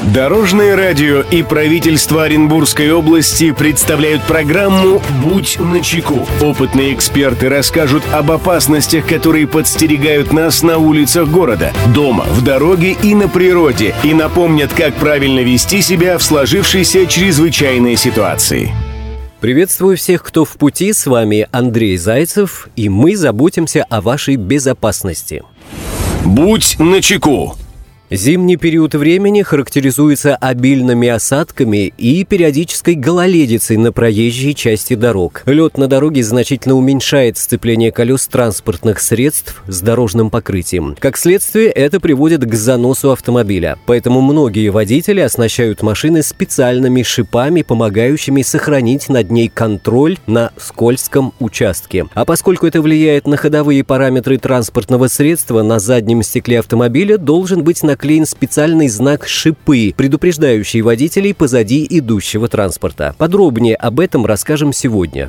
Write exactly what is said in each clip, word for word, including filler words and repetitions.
Дорожное радио и правительство Оренбургской области представляют программу «Будь начеку». Опытные эксперты расскажут об опасностях, которые подстерегают нас на улицах города, дома, в дороге и на природе, и напомнят, как правильно вести себя в сложившейся чрезвычайной ситуации. Приветствую всех, кто в пути. С вами Андрей Зайцев, и мы заботимся о вашей безопасности. Будь начеку. Зимний период времени характеризуется обильными осадками и периодической гололедицей на проезжей части дорог. Лед на дороге значительно уменьшает сцепление колес транспортных средств с дорожным покрытием. Как следствие, это приводит к заносу автомобиля. Поэтому многие водители оснащают машины специальными шипами, помогающими сохранить над ней контроль на скользком участке. А поскольку это влияет на ходовые параметры транспортного средства, на заднем стекле автомобиля должен быть наклеен наклеен специальный знак «Шипы», предупреждающий водителей позади идущего транспорта. Подробнее об этом расскажем сегодня.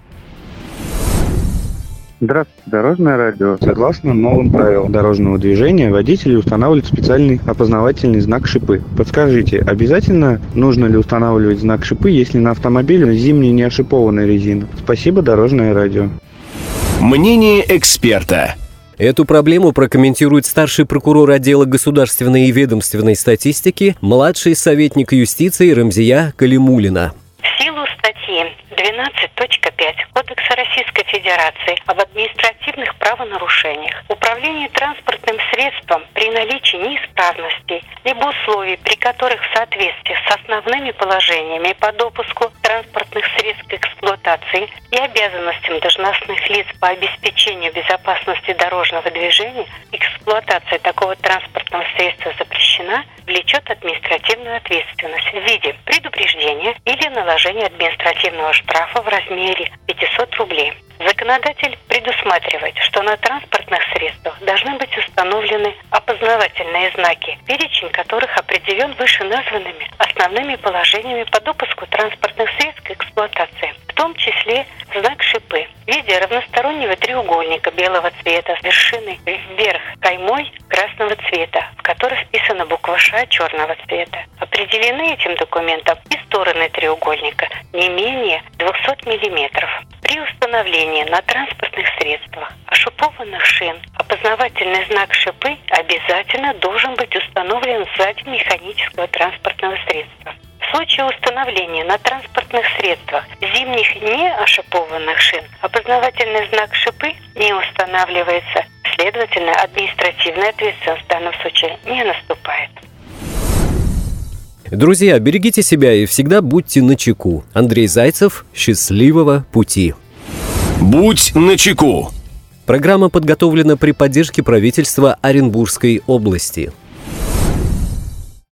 Здравствуйте, Дорожное радио. Согласно новым правилам дорожного движения, водители устанавливают специальный опознавательный знак «Шипы». Подскажите, обязательно нужно ли устанавливать знак «Шипы», если на автомобиле зимняя неошипованная резина? Спасибо, Дорожное радио. Мнение эксперта. Эту проблему прокомментирует старший прокурор отдела государственной и ведомственной статистики, младший советник юстиции Рамзия Калимуллина. В силу статьи двенадцать точка пять Кодекса Российской Федерации об административных правонарушениях управление транспортным средством при наличии неисправностей либо условий, при которых в соответствии с основными положениями по допуску транспортных средств к эксплуатации и обязанностям должностных лиц по обеспечению безопасности дорожного движения, эксплуатация такого транспортного средства запрещена, влечет административную ответственность в виде предупреждения или наложения административного штрафа в размере пятьсот рублей. Законодатель предусматривает, что на транспортных средствах должны быть установлены опознавательные знаки, перечень которых определен вышеназванными основными положениями по допуску транспортных средств к эксплуатации, в том числе знак «Шипы» в виде равностороннего треугольника белого цвета с вершиной вверх каймой красного цвета, в которой вписана буква «Ш» черного цвета. Определены этим документом и стороны треугольника не менее двухсот миллиметров. При установлении на транспортных средствах ошипованных шин опознавательный знак «Шипы» обязательно должен быть установлен сзади механического транспортного средства. В случае установления на транспортных средствах зимних не ошипованных шин опознавательный знак «Шипы» не устанавливается, следовательно, административная ответственность в данном случае не наступает. Друзья, берегите себя и всегда будьте начеку. Андрей Зайцев, счастливого пути. Будь начеку. Программа подготовлена при поддержке правительства Оренбургской области.